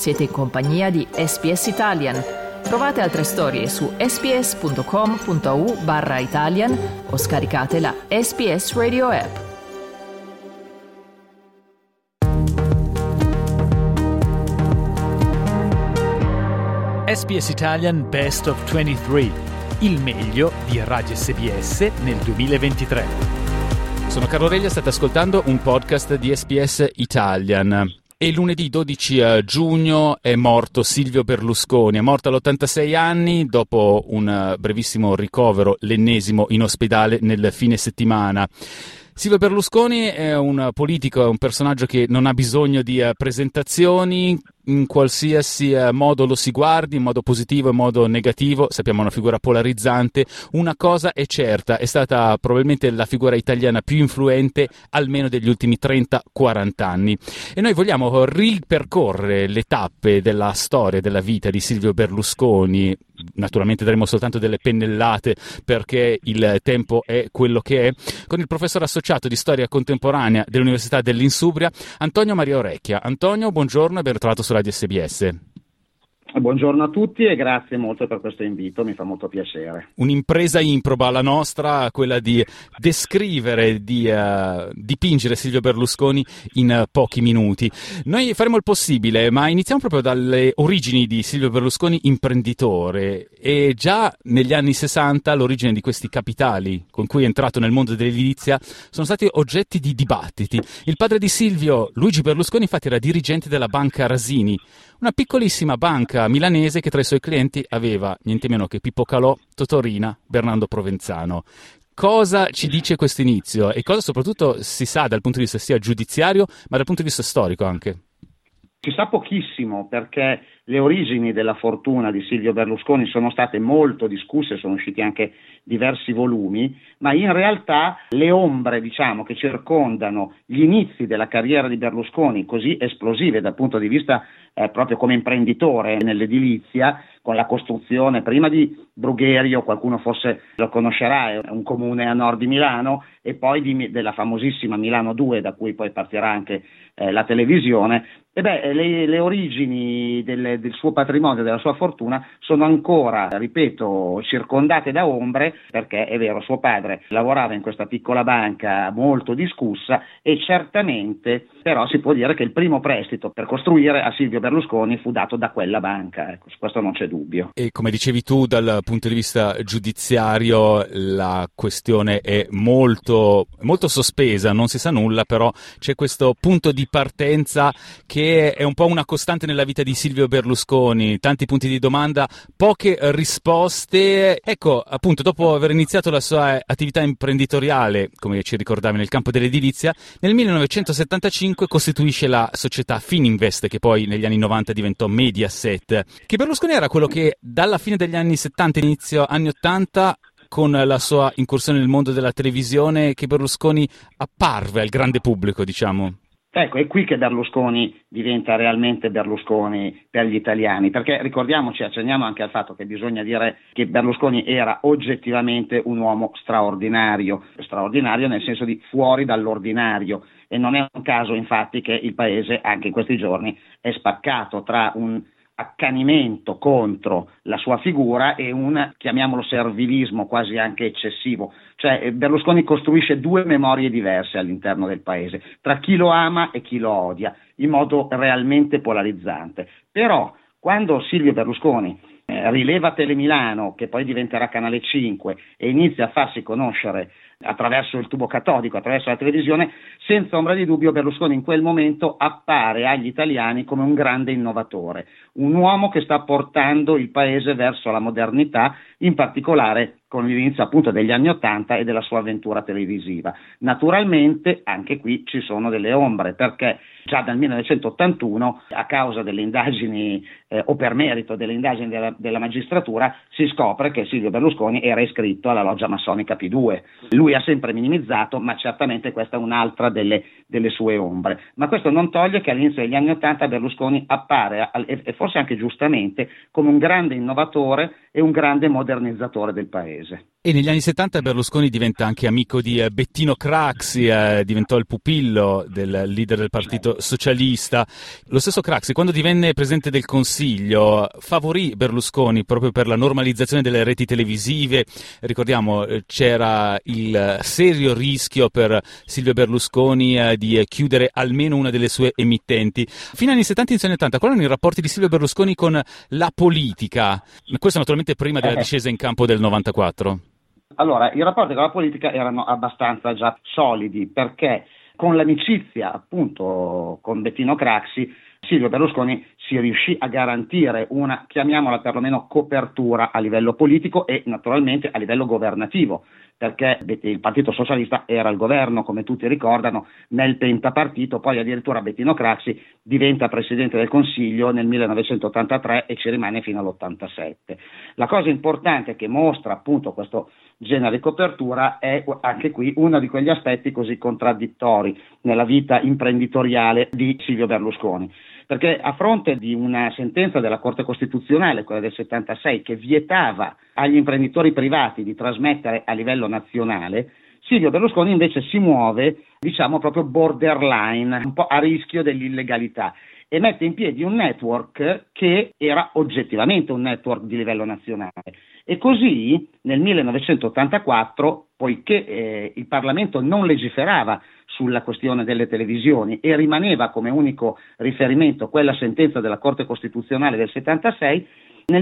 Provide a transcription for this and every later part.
Siete in compagnia di SPS Italian. Trovate altre storie su sps.com.au/Italian o scaricate la SPS Radio app. SPS Italian Best of 23, il meglio di Radio SBS nel 2023. Sono Carlo Reglia, state ascoltando un podcast di SPS Italian. E lunedì 12 giugno è morto Silvio Berlusconi, è morto all'86 anni dopo un brevissimo ricovero, l'ennesimo in ospedale nel fine settimana. Silvio Berlusconi è un politico, è un personaggio che non ha bisogno di presentazioni, in qualsiasi modo lo si guardi, in modo positivo e in modo negativo, sappiamo è una figura polarizzante. Una cosa è certa, è stata probabilmente la figura italiana più influente almeno degli ultimi 30-40 anni. E noi vogliamo ripercorrere le tappe della storia, della vita di Silvio Berlusconi. Naturalmente daremo soltanto delle pennellate perché il tempo è quello che è, con il professore associato di storia contemporanea dell'Università dell'Insubria, Antonio Maria Orecchia. Antonio, buongiorno e ben trovato su Radio SBS. Buongiorno a tutti e grazie molto per questo invito, mi fa molto piacere. Un'impresa improba la nostra, quella di descrivere, di dipingere Silvio Berlusconi in pochi minuti. Noi faremo il possibile, ma iniziamo proprio dalle origini di Silvio Berlusconi imprenditore. E già negli anni 60 l'origine di questi capitali con cui è entrato nel mondo dell'edilizia sono stati oggetti di dibattiti. Il padre di Silvio, Luigi Berlusconi, infatti era dirigente della Banca Rasini, una piccolissima banca milanese che tra i suoi clienti aveva niente meno che Pippo Calò, Totorina, Bernardo Provenzano. Cosa ci dice questo inizio e cosa soprattutto si sa dal punto di vista sia giudiziario ma dal punto di vista storico anche? Si sa pochissimo perché le origini della fortuna di Silvio Berlusconi sono state molto discusse, sono usciti anche diversi volumi, ma in realtà le ombre, che circondano gli inizi della carriera di Berlusconi, così esplosive dal punto di vista proprio come imprenditore nell'edilizia, con la costruzione prima di Brugherio, qualcuno forse lo conoscerà, è un comune a nord di Milano, e poi della famosissima Milano 2, da cui poi partirà anche la televisione. Le origini del suo patrimonio, della sua fortuna, sono ancora, ripeto, circondate da ombre, perché è vero, suo padre lavorava in questa piccola banca molto discussa e certamente però si può dire che il primo prestito per costruire a Silvio Berlusconi fu dato da quella banca, ecco, su questo non c'è dubbio. E come dicevi tu, dal punto di vista giudiziario la questione è molto, molto sospesa, non si sa nulla, però c'è questo punto di partenza che è un po' una costante nella vita di Silvio Berlusconi, tanti punti di domanda, poche risposte. Ecco, appunto, dopo aver iniziato la sua attività imprenditoriale, come ci ricordavi, nel campo dell'edilizia, nel 1975 costituisce la società Fininvest, che poi negli anni 90 diventò Mediaset. Che Berlusconi era quello che dalla fine degli anni 70 inizio anni 80, con la sua incursione nel mondo della televisione, che Berlusconi apparve al grande pubblico, diciamo. Ecco, è qui che Berlusconi diventa realmente Berlusconi per gli italiani, perché ricordiamoci, accenniamo anche al fatto che bisogna dire che Berlusconi era oggettivamente un uomo straordinario nel senso di fuori dall'ordinario, e non è un caso infatti che il paese anche in questi giorni è spaccato tra un accanimento contro la sua figura e un, chiamiamolo, servilismo quasi anche eccessivo. Cioè Berlusconi costruisce due memorie diverse all'interno del paese, tra chi lo ama e chi lo odia, in modo realmente polarizzante. Però quando Silvio Berlusconi rileva Telemilano, che poi diventerà Canale 5, e inizia a farsi conoscere attraverso il tubo catodico, attraverso la televisione, senza ombra di dubbio Berlusconi in quel momento appare agli italiani come un grande innovatore, un uomo che sta portando il paese verso la modernità, in particolare con l'inizio appunto degli anni '80 e della sua avventura televisiva. Naturalmente anche qui ci sono delle ombre, perché già dal 1981, a causa delle indagini o per merito delle indagini della magistratura, si scopre che Silvio Berlusconi era iscritto alla loggia massonica P2. Lui ha sempre minimizzato, ma certamente questa è un'altra delle sue ombre. Ma questo non toglie che all'inizio degli anni '80 Berlusconi appare, e forse anche giustamente, come un grande innovatore e un grande modernizzatore del paese. E negli anni 70 Berlusconi diventa anche amico di Bettino Craxi, diventò il pupillo del leader del Partito Socialista. Lo stesso Craxi, quando divenne presidente del Consiglio, favorì Berlusconi proprio per la normalizzazione delle reti televisive. Ricordiamo, c'era il serio rischio per Silvio Berlusconi di chiudere almeno una delle sue emittenti. Fino agli anni 70 e inizio anni 80, quali erano i rapporti di Silvio Berlusconi con la politica? Questo naturalmente prima della discesa in campo del 94. Allora, i rapporti con la politica erano abbastanza già solidi, perché con l'amicizia appunto con Bettino Craxi, Silvio Berlusconi si riuscì a garantire una, chiamiamola perlomeno, copertura a livello politico e naturalmente a livello governativo, perché il Partito Socialista era al governo, come tutti ricordano, nel pentapartito. Poi addirittura Bettino Craxi diventa Presidente del Consiglio nel 1983 e ci rimane fino all'87. La cosa importante che mostra appunto questo genere di copertura è anche qui uno di quegli aspetti così contraddittori nella vita imprenditoriale di Silvio Berlusconi, perché a fronte di una sentenza della Corte Costituzionale, quella del 76, che vietava agli imprenditori privati di trasmettere a livello nazionale, Silvio Berlusconi invece si muove, diciamo proprio borderline, un po' a rischio dell'illegalità, e mette in piedi un network che era oggettivamente un network di livello nazionale. E così nel 1984, poiché il Parlamento non legiferava sulla questione delle televisioni e rimaneva come unico riferimento quella sentenza della Corte Costituzionale del 76, nel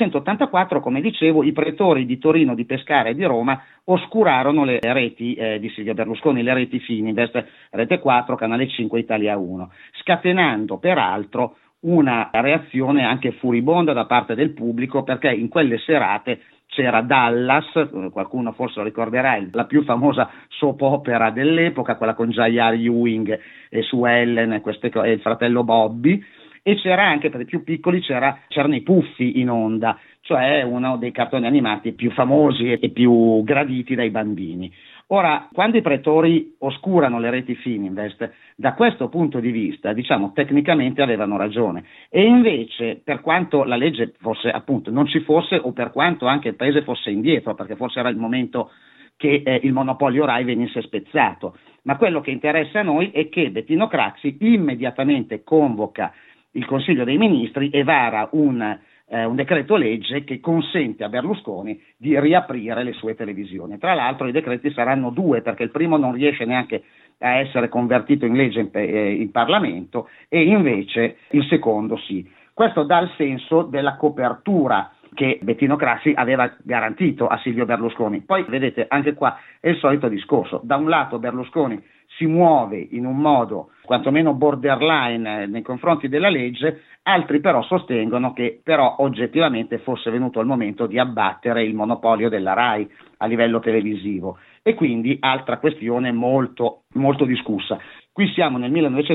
1984, come dicevo, i pretori di Torino, di Pescara e di Roma oscurarono le reti di Silvio Berlusconi, le reti Fininvest, Rete 4, Canale 5, Italia 1, scatenando peraltro una reazione anche furibonda da parte del pubblico, perché in quelle serate c'era Dallas, qualcuno forse lo ricorderà, la più famosa soap opera dell'epoca, quella con J.R. Ewing e Sue Ellen e il fratello Bobby, e c'era anche, per i più piccoli, c'erano i Puffi in onda, cioè uno dei cartoni animati più famosi e più graditi dai bambini. Ora, quando i pretori oscurano le reti Fininvest, da questo punto di vista, diciamo, tecnicamente avevano ragione, e invece, per quanto la legge fosse, appunto, non ci fosse, o per quanto anche il paese fosse indietro, perché forse era il momento che il monopolio Rai venisse spezzato, ma quello che interessa a noi è che Bettino Craxi immediatamente convoca il Consiglio dei Ministri e vara un decreto legge che consente a Berlusconi di riaprire le sue televisioni. Tra l'altro i decreti saranno due, perché il primo non riesce neanche a essere convertito in legge in Parlamento, e invece il secondo sì. Questo dà il senso della copertura che Bettino Craxi aveva garantito a Silvio Berlusconi. Poi vedete, anche qua è il solito discorso: da un lato Berlusconi si muove in un modo quantomeno borderline nei confronti della legge, altri però sostengono che però oggettivamente fosse venuto il momento di abbattere il monopolio della Rai a livello televisivo, e quindi altra questione molto, molto discussa. Qui siamo nel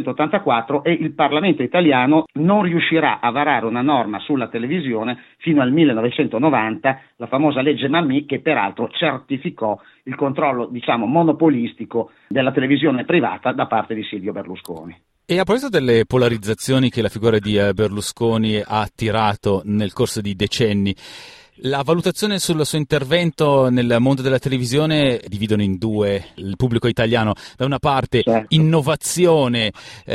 1984 e il Parlamento italiano non riuscirà a varare una norma sulla televisione fino al 1990, la famosa legge Mammì, che peraltro certificò il controllo, diciamo, monopolistico della televisione privata da parte di Silvio Berlusconi. E a proposito delle polarizzazioni che la figura di Berlusconi ha attirato nel corso di decenni, la valutazione sul suo intervento nel mondo della televisione dividono in due il pubblico italiano: da una parte innovazione,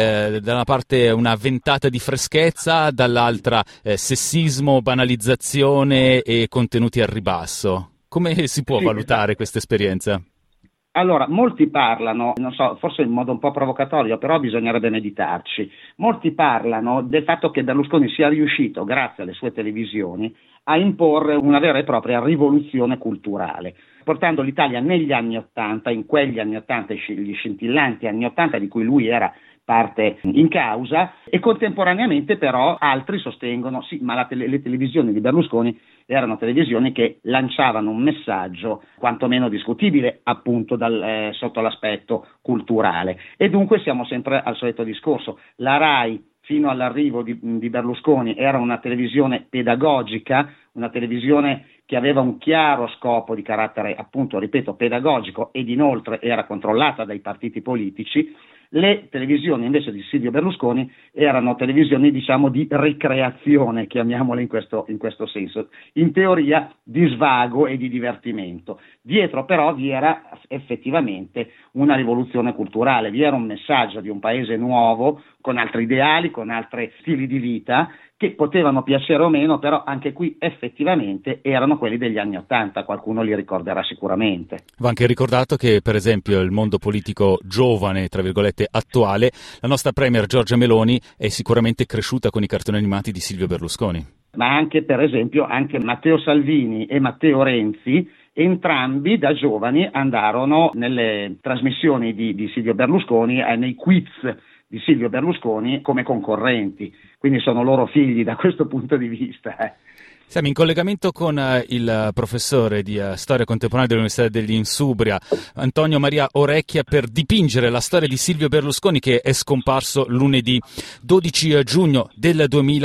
da una parte una ventata di freschezza, dall'altra sessismo, banalizzazione e contenuti al ribasso. Come si può valutare questa esperienza? Allora, molti parlano, non so, forse in modo un po' provocatorio, però bisognerebbe meditarci. Molti parlano del fatto che Berlusconi sia riuscito, grazie alle sue televisioni, a imporre una vera e propria rivoluzione culturale, portando l'Italia negli anni '80, in quegli anni '80, gli scintillanti anni '80 di cui lui era parte in causa, e contemporaneamente però altri sostengono sì, ma le televisioni di Berlusconi erano televisioni che lanciavano un messaggio quantomeno discutibile, appunto sotto l'aspetto culturale, e dunque siamo sempre al solito discorso. La Rai fino all'arrivo di Berlusconi era una televisione pedagogica, una televisione che aveva un chiaro scopo di carattere, appunto, ripeto, pedagogico, ed inoltre era controllata dai partiti politici. Le televisioni invece di Silvio Berlusconi erano televisioni, diciamo, di ricreazione, chiamiamole in questo senso, in teoria di svago e di divertimento. Dietro però vi era effettivamente una rivoluzione culturale, vi era un messaggio di un paese nuovo, con altri ideali, con altri stili di vita, che potevano piacere o meno, però anche qui effettivamente erano quelli degli anni '80, qualcuno li ricorderà sicuramente. Va anche ricordato che, per esempio, il mondo politico giovane, tra virgolette, attuale, la nostra premier Giorgia Meloni è sicuramente cresciuta con i cartoni animati di Silvio Berlusconi. Ma anche, per esempio, anche Matteo Salvini e Matteo Renzi, entrambi da giovani andarono nelle trasmissioni di Silvio Berlusconi, nei quiz di Silvio Berlusconi come concorrenti, quindi sono loro figli da questo punto di vista. Siamo in collegamento con il professore di storia contemporanea dell'Università dell'Insubria, Antonio Maria Orecchia, per dipingere la storia di Silvio Berlusconi, che è scomparso lunedì 12 giugno del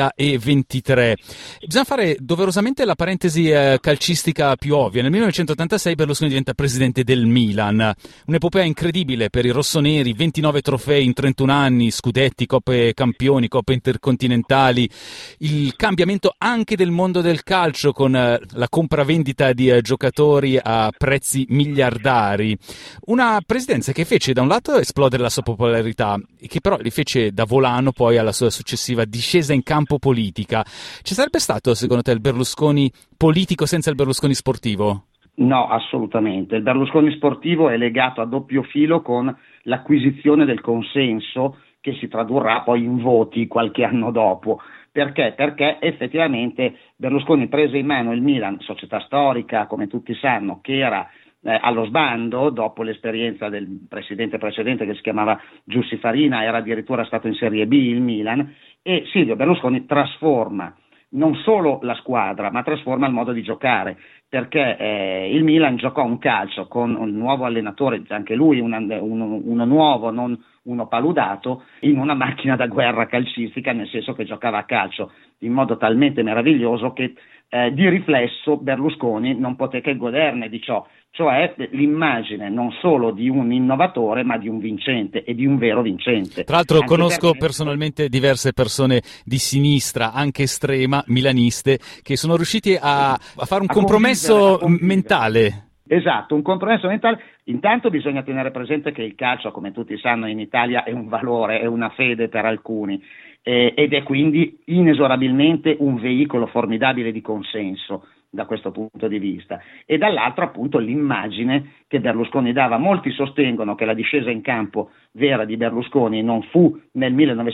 2023. Bisogna fare doverosamente la parentesi calcistica più ovvia. Nel 1986 Berlusconi diventa presidente del Milan, un'epopea incredibile per i rossoneri, 29 trofei in 31 anni, scudetti, coppe campioni, coppe intercontinentali, il cambiamento anche del mondo del calcio con la compravendita di giocatori a prezzi miliardari, una presidenza che fece da un lato esplodere la sua popolarità e che però li fece da volano poi alla sua successiva discesa in campo politica. Ci sarebbe stato secondo te il Berlusconi politico senza il Berlusconi sportivo? No, assolutamente. Il Berlusconi sportivo è legato a doppio filo con l'acquisizione del consenso che si tradurrà poi in voti qualche anno dopo. Perché? Perché effettivamente Berlusconi prese in mano il Milan, società storica, come tutti sanno, che era allo sbando dopo l'esperienza del presidente precedente che si chiamava Giussi Farina, era addirittura stato in Serie B il Milan, e Silvio Berlusconi trasforma non solo la squadra, ma trasforma il modo di giocare, perché il Milan giocò un calcio con un nuovo allenatore, anche lui uno nuovo, non uno paludato, in una macchina da guerra calcistica, nel senso che giocava a calcio in modo talmente meraviglioso che di riflesso Berlusconi non poté che goderne di ciò, cioè l'immagine non solo di un innovatore ma di un vincente e di un vero vincente. Tra l'altro anche conosco personalmente diverse persone di sinistra, anche estrema, milaniste, che sono riusciti a fare un compromesso mentale. Esatto, un compromesso mentale. Intanto bisogna tenere presente che il calcio, come tutti sanno, in Italia è un valore, è una fede per alcuni, ed è quindi inesorabilmente un veicolo formidabile di consenso da questo punto di vista, e dall'altro appunto l'immagine che Berlusconi dava. Molti sostengono che la discesa in campo vera di Berlusconi non fu nel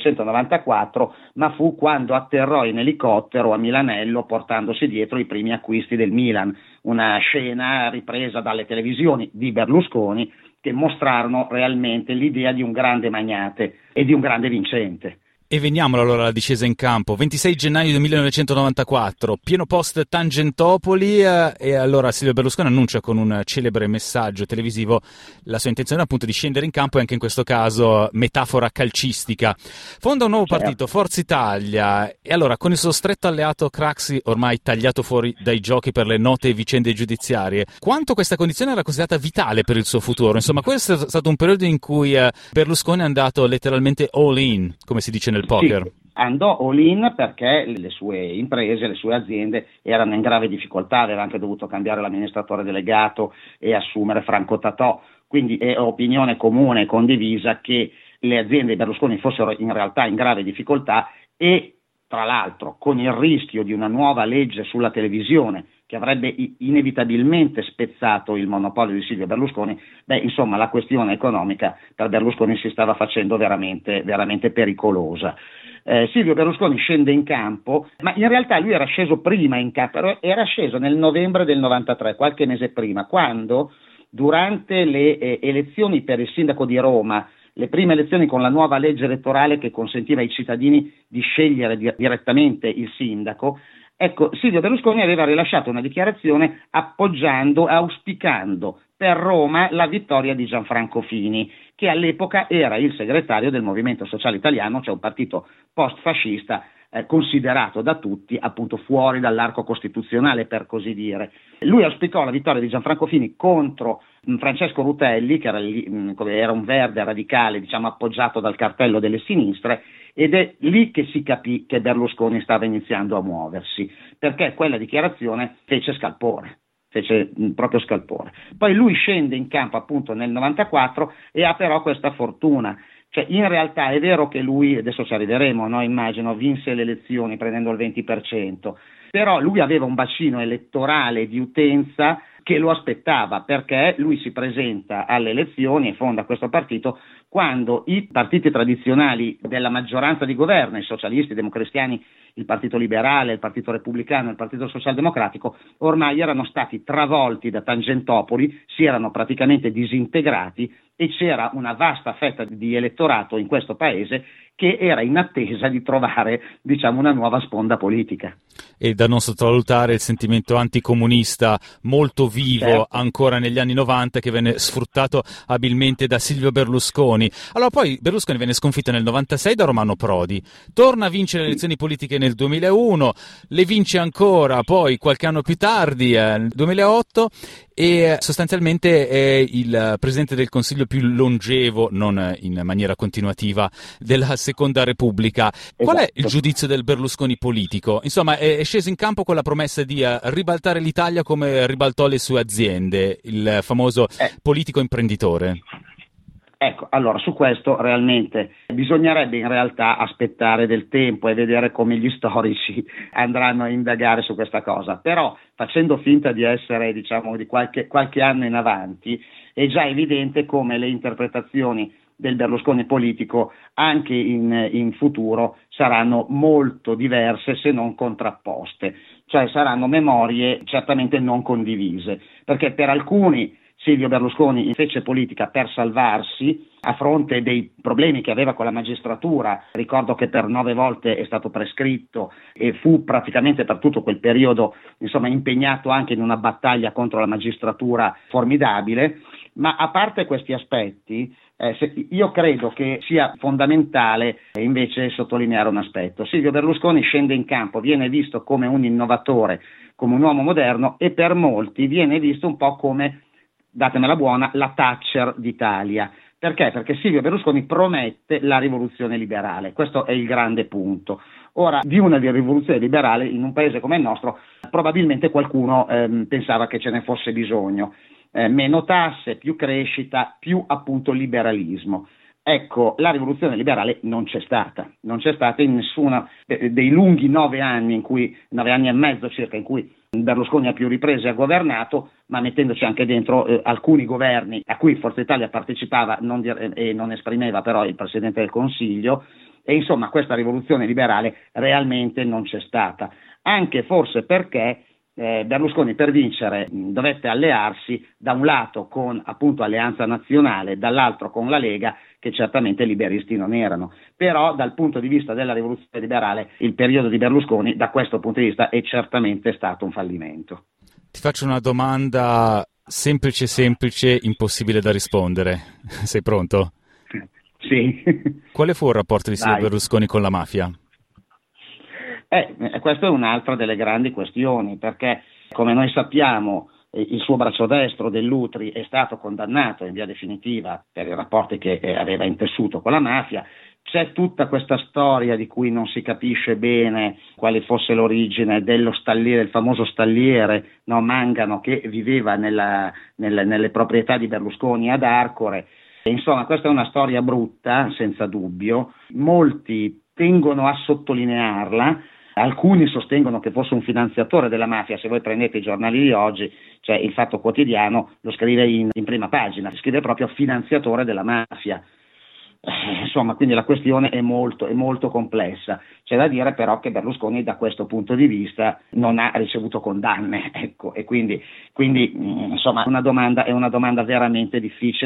1994, ma fu quando atterrò in elicottero a Milanello portandosi dietro i primi acquisti del Milan, una scena ripresa dalle televisioni di Berlusconi che mostrarono realmente l'idea di un grande magnate e di un grande vincente. E veniamo allora alla discesa in campo. 26 gennaio del 1994, pieno post Tangentopoli, e allora Silvio Berlusconi annuncia con un celebre messaggio televisivo la sua intenzione appunto di scendere in campo, e anche in questo caso metafora calcistica. Fonda un nuovo partito, Forza Italia, e allora con il suo stretto alleato Craxi ormai tagliato fuori dai giochi per le note vicende giudiziarie, quanto questa condizione era considerata vitale per il suo futuro? Insomma, questo è stato un periodo in cui Berlusconi è andato letteralmente all in, come si dice nel poker. Sì, andò all in perché le sue imprese, le sue aziende erano in grave difficoltà, aveva anche dovuto cambiare l'amministratore delegato e assumere Franco Tatò, quindi è opinione comune e condivisa che le aziende di Berlusconi fossero in realtà in grave difficoltà, e tra l'altro con il rischio di una nuova legge sulla televisione che avrebbe inevitabilmente spezzato il monopolio di Silvio Berlusconi. Insomma, la questione economica per Berlusconi si stava facendo veramente, veramente pericolosa. Silvio Berlusconi scende in campo, ma in realtà lui era sceso prima in campo, era sceso nel novembre del 93, qualche mese prima, quando durante le elezioni per il sindaco di Roma, le prime elezioni con la nuova legge elettorale che consentiva ai cittadini di scegliere direttamente il sindaco, ecco, Silvio Berlusconi aveva rilasciato una dichiarazione auspicando per Roma la vittoria di Gianfranco Fini, che all'epoca era il segretario del Movimento Sociale Italiano, cioè un partito post-fascista considerato da tutti appunto fuori dall'arco costituzionale, per così dire. Lui auspicò la vittoria di Gianfranco Fini contro Francesco Rutelli, che era un verde radicale, diciamo appoggiato dal cartello delle sinistre, ed è lì che si capì che Berlusconi stava iniziando a muoversi, perché quella dichiarazione fece proprio scalpore. Poi lui scende in campo appunto nel 94 e ha però questa fortuna. Cioè, in realtà è vero che lui, adesso ci arriveremo, no? Immagino, vinse le elezioni prendendo il 20%, però lui aveva un bacino elettorale di utenza che lo aspettava, perché lui si presenta alle elezioni e fonda questo partito quando i partiti tradizionali della maggioranza di governo, i socialisti, i democristiani, il Partito Liberale, il Partito Repubblicano, il Partito Socialdemocratico, ormai erano stati travolti da Tangentopoli, si erano praticamente disintegrati e c'era una vasta fetta di elettorato in questo paese che era in attesa di trovare, diciamo, una nuova sponda politica. E da non sottovalutare il sentimento anticomunista molto vivo, certo, ancora negli anni 90, che venne sfruttato abilmente da Silvio Berlusconi. Allora poi Berlusconi venne sconfitto nel 96 da Romano Prodi, torna a vincere le elezioni politiche nel 2001, le vince ancora poi qualche anno più tardi, nel 2008, e sostanzialmente è il presidente del Consiglio più longevo, non in maniera continuativa, della Seconda Repubblica. Qual è il giudizio del Berlusconi politico? Insomma, è sceso in campo con la promessa di ribaltare l'Italia come ribaltò le sue aziende, il famoso politico imprenditore. Ecco, allora su questo realmente bisognerebbe in realtà aspettare del tempo e vedere come gli storici andranno a indagare su questa cosa, però facendo finta di essere, diciamo, di qualche anno in avanti, è già evidente come le interpretazioni del Berlusconi politico anche in futuro saranno molto diverse, se non contrapposte, cioè saranno memorie certamente non condivise, perché per alcuni Silvio Berlusconi fece politica per salvarsi a fronte dei problemi che aveva con la magistratura. Ricordo che per 9 volte è stato prescritto e fu praticamente per tutto quel periodo, insomma, impegnato anche in una battaglia contro la magistratura formidabile. Ma a parte questi aspetti, io credo che sia fondamentale invece sottolineare un aspetto. Silvio Berlusconi scende in campo, viene visto come un innovatore, come un uomo moderno, e per molti viene visto un po' come, datemela buona, la Thatcher d'Italia. Perché? Perché Silvio Berlusconi promette la rivoluzione liberale, questo è il grande punto. Ora, di una rivoluzione liberale in un paese come il nostro probabilmente qualcuno pensava che ce ne fosse bisogno. Meno tasse, più crescita, più appunto liberalismo. Ecco, la rivoluzione liberale non c'è stata in nessuna dei lunghi 9 anni e mezzo circa in cui Berlusconi a più riprese ha governato, ma mettendoci anche dentro alcuni governi a cui Forza Italia partecipava e non esprimeva però il Presidente del Consiglio, e insomma questa rivoluzione liberale realmente non c'è stata, anche forse perché Berlusconi per vincere dovette allearsi da un lato con appunto Alleanza Nazionale, dall'altro con la Lega, che certamente liberisti non erano. Però dal punto di vista della rivoluzione liberale il periodo di Berlusconi da questo punto di vista è certamente stato un fallimento. Ti faccio una domanda semplice, impossibile da rispondere. Sei pronto? Sì. Quale fu il rapporto di Silvio Berlusconi con la mafia? Questa è un'altra delle grandi questioni, perché come noi sappiamo il suo braccio destro Dell'Utri è stato condannato in via definitiva per i rapporti che aveva intessuto con la mafia. C'è tutta questa storia di cui non si capisce bene quale fosse l'origine dello stalliere, il famoso stalliere, no, Mangano, che viveva nelle proprietà di Berlusconi ad Arcore. Insomma, questa è una storia brutta, senza dubbio. Molti tengono a sottolinearla. Alcuni sostengono che fosse un finanziatore della mafia. Se voi prendete i giornali di oggi, cioè il Fatto Quotidiano lo scrive in prima pagina, scrive proprio finanziatore della mafia. Insomma, quindi la questione è molto complessa. C'è da dire però che Berlusconi da questo punto di vista non ha ricevuto condanne, ecco, e quindi insomma è una domanda veramente difficile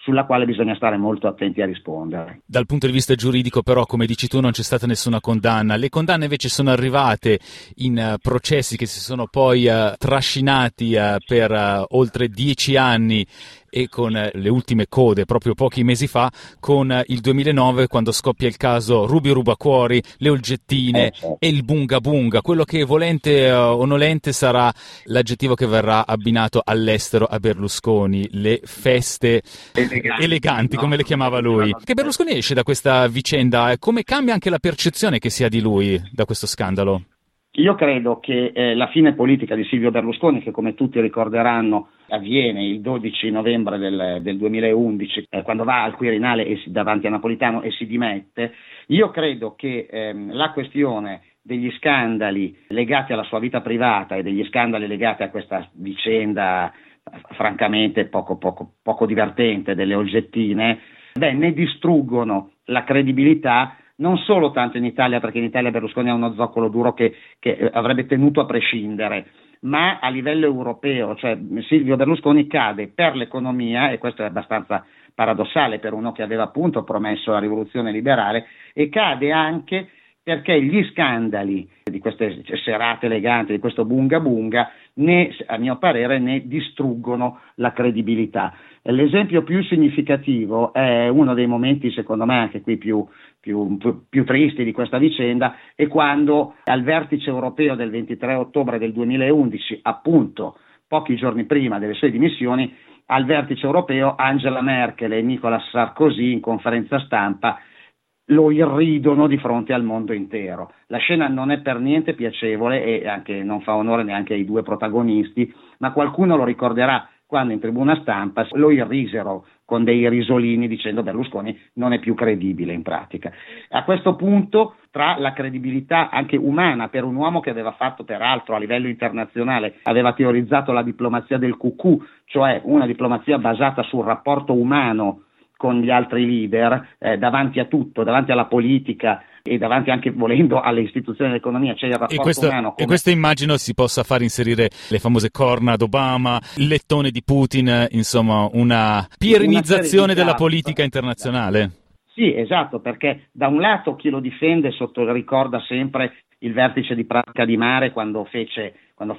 sulla quale bisogna stare molto attenti a rispondere. Dal punto di vista giuridico però, come dici tu, non c'è stata nessuna condanna. Le condanne invece sono arrivate in processi che si sono poi trascinati per oltre 10 anni, e con le ultime code proprio pochi mesi fa, con il 2009, quando scoppia il caso Ruby Rubacuori, le Olgettine e il Bunga Bunga, quello che volente o nolente sarà l'aggettivo che verrà abbinato all'estero a Berlusconi, le feste eleganti, come le chiamava lui. Che Berlusconi esce da questa vicenda, come cambia anche la percezione che si ha di lui da questo scandalo? Io credo che la fine politica di Silvio Berlusconi, che come tutti ricorderanno avviene il 12 novembre del 2011, quando va al Quirinale davanti a Napolitano e si dimette, io credo che la questione degli scandali legati alla sua vita privata e degli scandali legati a questa vicenda francamente poco divertente delle Olgettine, ne distruggono la credibilità, non solo tanto in Italia, perché in Italia Berlusconi ha uno zoccolo duro che avrebbe tenuto a prescindere, ma a livello europeo, cioè Silvio Berlusconi cade per l'economia, e questo è abbastanza paradossale per uno che aveva appunto promesso la rivoluzione liberale, e cade anche perché gli scandali di queste serate eleganti, di questo bunga bunga, a mio parere ne distruggono la credibilità. L'esempio più significativo è uno dei momenti, secondo me, anche qui più tristi di questa vicenda, è quando al vertice europeo del 23 ottobre del 2011, appunto pochi giorni prima delle sue dimissioni, al vertice europeo Angela Merkel e Nicolas Sarkozy in conferenza stampa lo irridono di fronte al mondo intero. La scena non è per niente piacevole e anche non fa onore neanche ai due protagonisti, ma qualcuno lo ricorderà quando in tribuna stampa lo irrisero con dei risolini dicendo Berlusconi non è più credibile in pratica. A questo punto, tra la credibilità anche umana per un uomo che aveva fatto peraltro a livello internazionale, aveva teorizzato la diplomazia del cucù, cioè una diplomazia basata sul rapporto umano con gli altri leader, davanti a tutto, davanti alla politica e davanti anche, volendo, alle istituzioni dell'economia, c'è il rapporto umano. E questo immagino si possa far inserire le famose corna d'Obama, il lettone di Putin, insomma una piernizzazione della politica internazionale. Sì, esatto, perché da un lato chi lo difende ricorda sempre il vertice di Pratica di Mare quando fece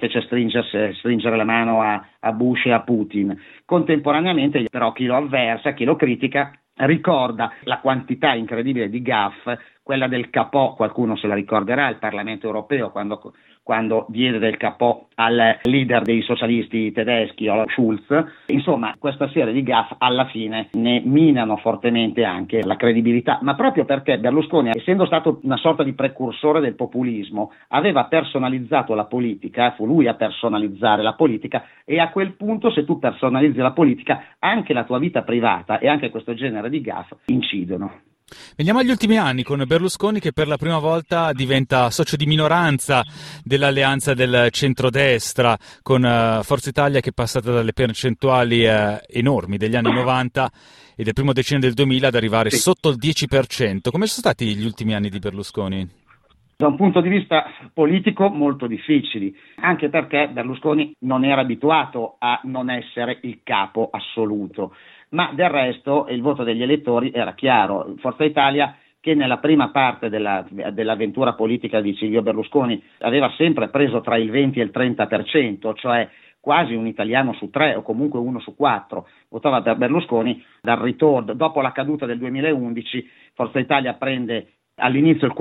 stringere la mano a Bush e a Putin. Contemporaneamente però chi lo avversa, chi lo critica, ricorda la quantità incredibile di gaffe, quella del capò, qualcuno se la ricorderà, il Parlamento europeo quando diede del capò al leader dei socialisti tedeschi, Schulz. Insomma, questa serie di gaffe alla fine ne minano fortemente anche la credibilità, ma proprio perché Berlusconi, essendo stato una sorta di precursore del populismo, aveva personalizzato la politica, fu lui a personalizzare la politica, e a quel punto, se tu personalizzi la politica, anche la tua vita privata e anche questo genere di gaffe incidono. Veniamo agli ultimi anni con Berlusconi, che per la prima volta diventa socio di minoranza dell'alleanza del centrodestra, con Forza Italia che è passata dalle percentuali enormi degli anni 90 e del primo decennio del 2000 ad arrivare sotto il 10%. Come sono stati gli ultimi anni di Berlusconi? Da un punto di vista politico molto difficili, anche perché Berlusconi non era abituato a non essere il capo assoluto. Ma del resto il voto degli elettori era chiaro. Forza Italia, che nella prima parte dell'avventura politica di Silvio Berlusconi aveva sempre preso tra il 20 e il 30%, cioè quasi un italiano su 3 o comunque 1 su 4 votava per Berlusconi, dal ritorno, dopo la caduta del 2011, Forza Italia prende all'inizio il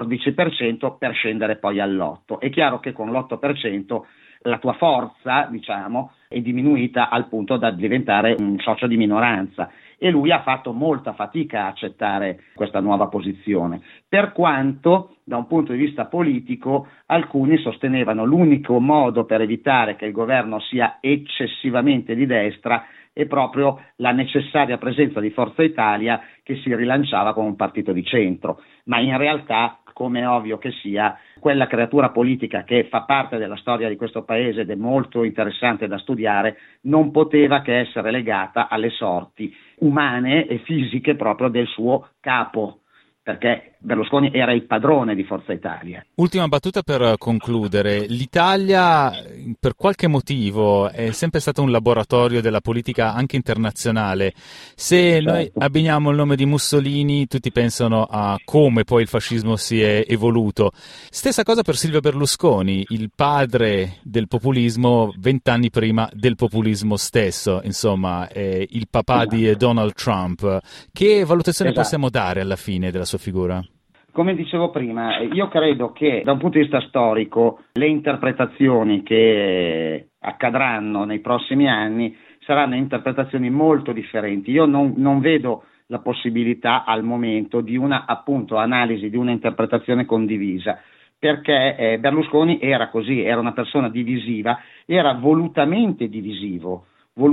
14% per scendere poi all'8%. È chiaro che con l'8% la tua forza, diciamo, è diminuita al punto da diventare un socio di minoranza, e lui ha fatto molta fatica a accettare questa nuova posizione, per quanto da un punto di vista politico alcuni sostenevano l'unico modo per evitare che il governo sia eccessivamente di destra è proprio la necessaria presenza di Forza Italia, che si rilanciava come un partito di centro, ma in realtà, come è ovvio che sia, quella creatura politica che fa parte della storia di questo paese ed è molto interessante da studiare, non poteva che essere legata alle sorti umane e fisiche proprio del suo capo, perché Berlusconi era il padrone di Forza Italia. Ultima battuta per concludere. L'Italia, per qualche motivo, è sempre stato un laboratorio della politica anche internazionale. Se noi abbiniamo il nome di Mussolini, tutti pensano a come poi il fascismo si è evoluto. Stessa cosa per Silvio Berlusconi, il padre del populismo 20 anni prima del populismo stesso, insomma, il papà di Donald Trump. Che valutazione possiamo dare alla fine della sua figura? Come dicevo prima, io credo che da un punto di vista storico le interpretazioni che accadranno nei prossimi anni saranno interpretazioni molto differenti. Io non vedo la possibilità al momento di una, appunto, analisi, di una interpretazione condivisa, perché Berlusconi era così, era una persona divisiva, era volutamente divisivo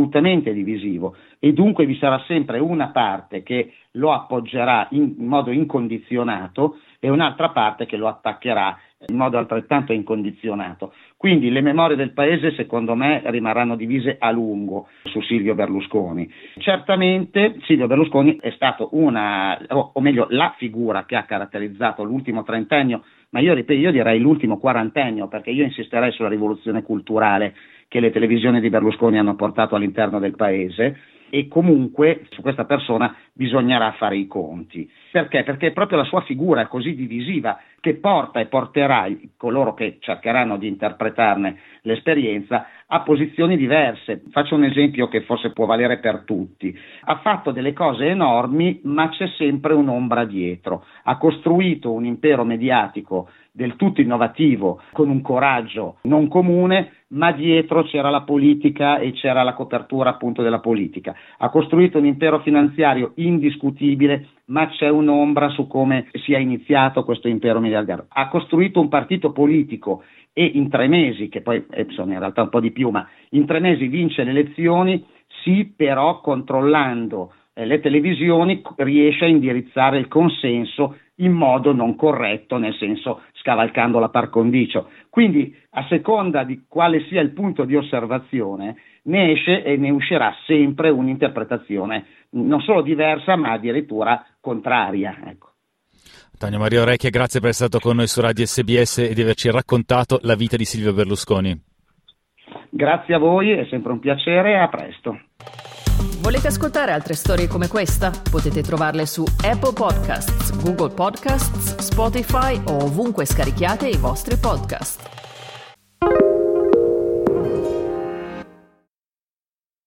e dunque vi sarà sempre una parte che lo appoggerà in modo incondizionato e un'altra parte che lo attaccherà in modo altrettanto incondizionato. Quindi le memorie del paese, secondo me, rimarranno divise a lungo su Silvio Berlusconi. Certamente Silvio Berlusconi è stato la figura che ha caratterizzato l'ultimo trentennio, ma io direi l'ultimo quarantennio, perché io insisterei sulla rivoluzione culturale che le televisioni di Berlusconi hanno portato all'interno del paese, e comunque su questa persona bisognerà fare i conti. Perché? Perché proprio la sua figura è così divisiva che porta e porterà coloro che cercheranno di interpretarne l'esperienza a posizioni diverse. Faccio un esempio che forse può valere per tutti. Ha fatto delle cose enormi, ma c'è sempre un'ombra dietro. Ha costruito un impero mediatico del tutto innovativo, con un coraggio non comune, ma dietro c'era la politica e c'era la copertura appunto della politica. Ha costruito un impero finanziario indiscutibile, ma c'è un'ombra su come sia iniziato questo impero miliardario. Ha costruito un partito politico e in 3 mesi, che poi sono in realtà un po' di più, ma in 3 mesi vince le elezioni, sì, però controllando le televisioni riesce a indirizzare il consenso in modo non corretto, nel senso scavalcando la par condicio. Quindi a seconda di quale sia il punto di osservazione ne esce e ne uscirà sempre un'interpretazione non solo diversa ma addirittura contraria. Ecco. Antonio Maria Orecchia, grazie per essere stato con noi su Radio SBS e di averci raccontato la vita di Silvio Berlusconi. Grazie a voi, è sempre un piacere e a presto. Volete ascoltare altre storie come questa? Potete trovarle su Apple Podcasts, Google Podcasts, Spotify o ovunque scarichiate i vostri podcast.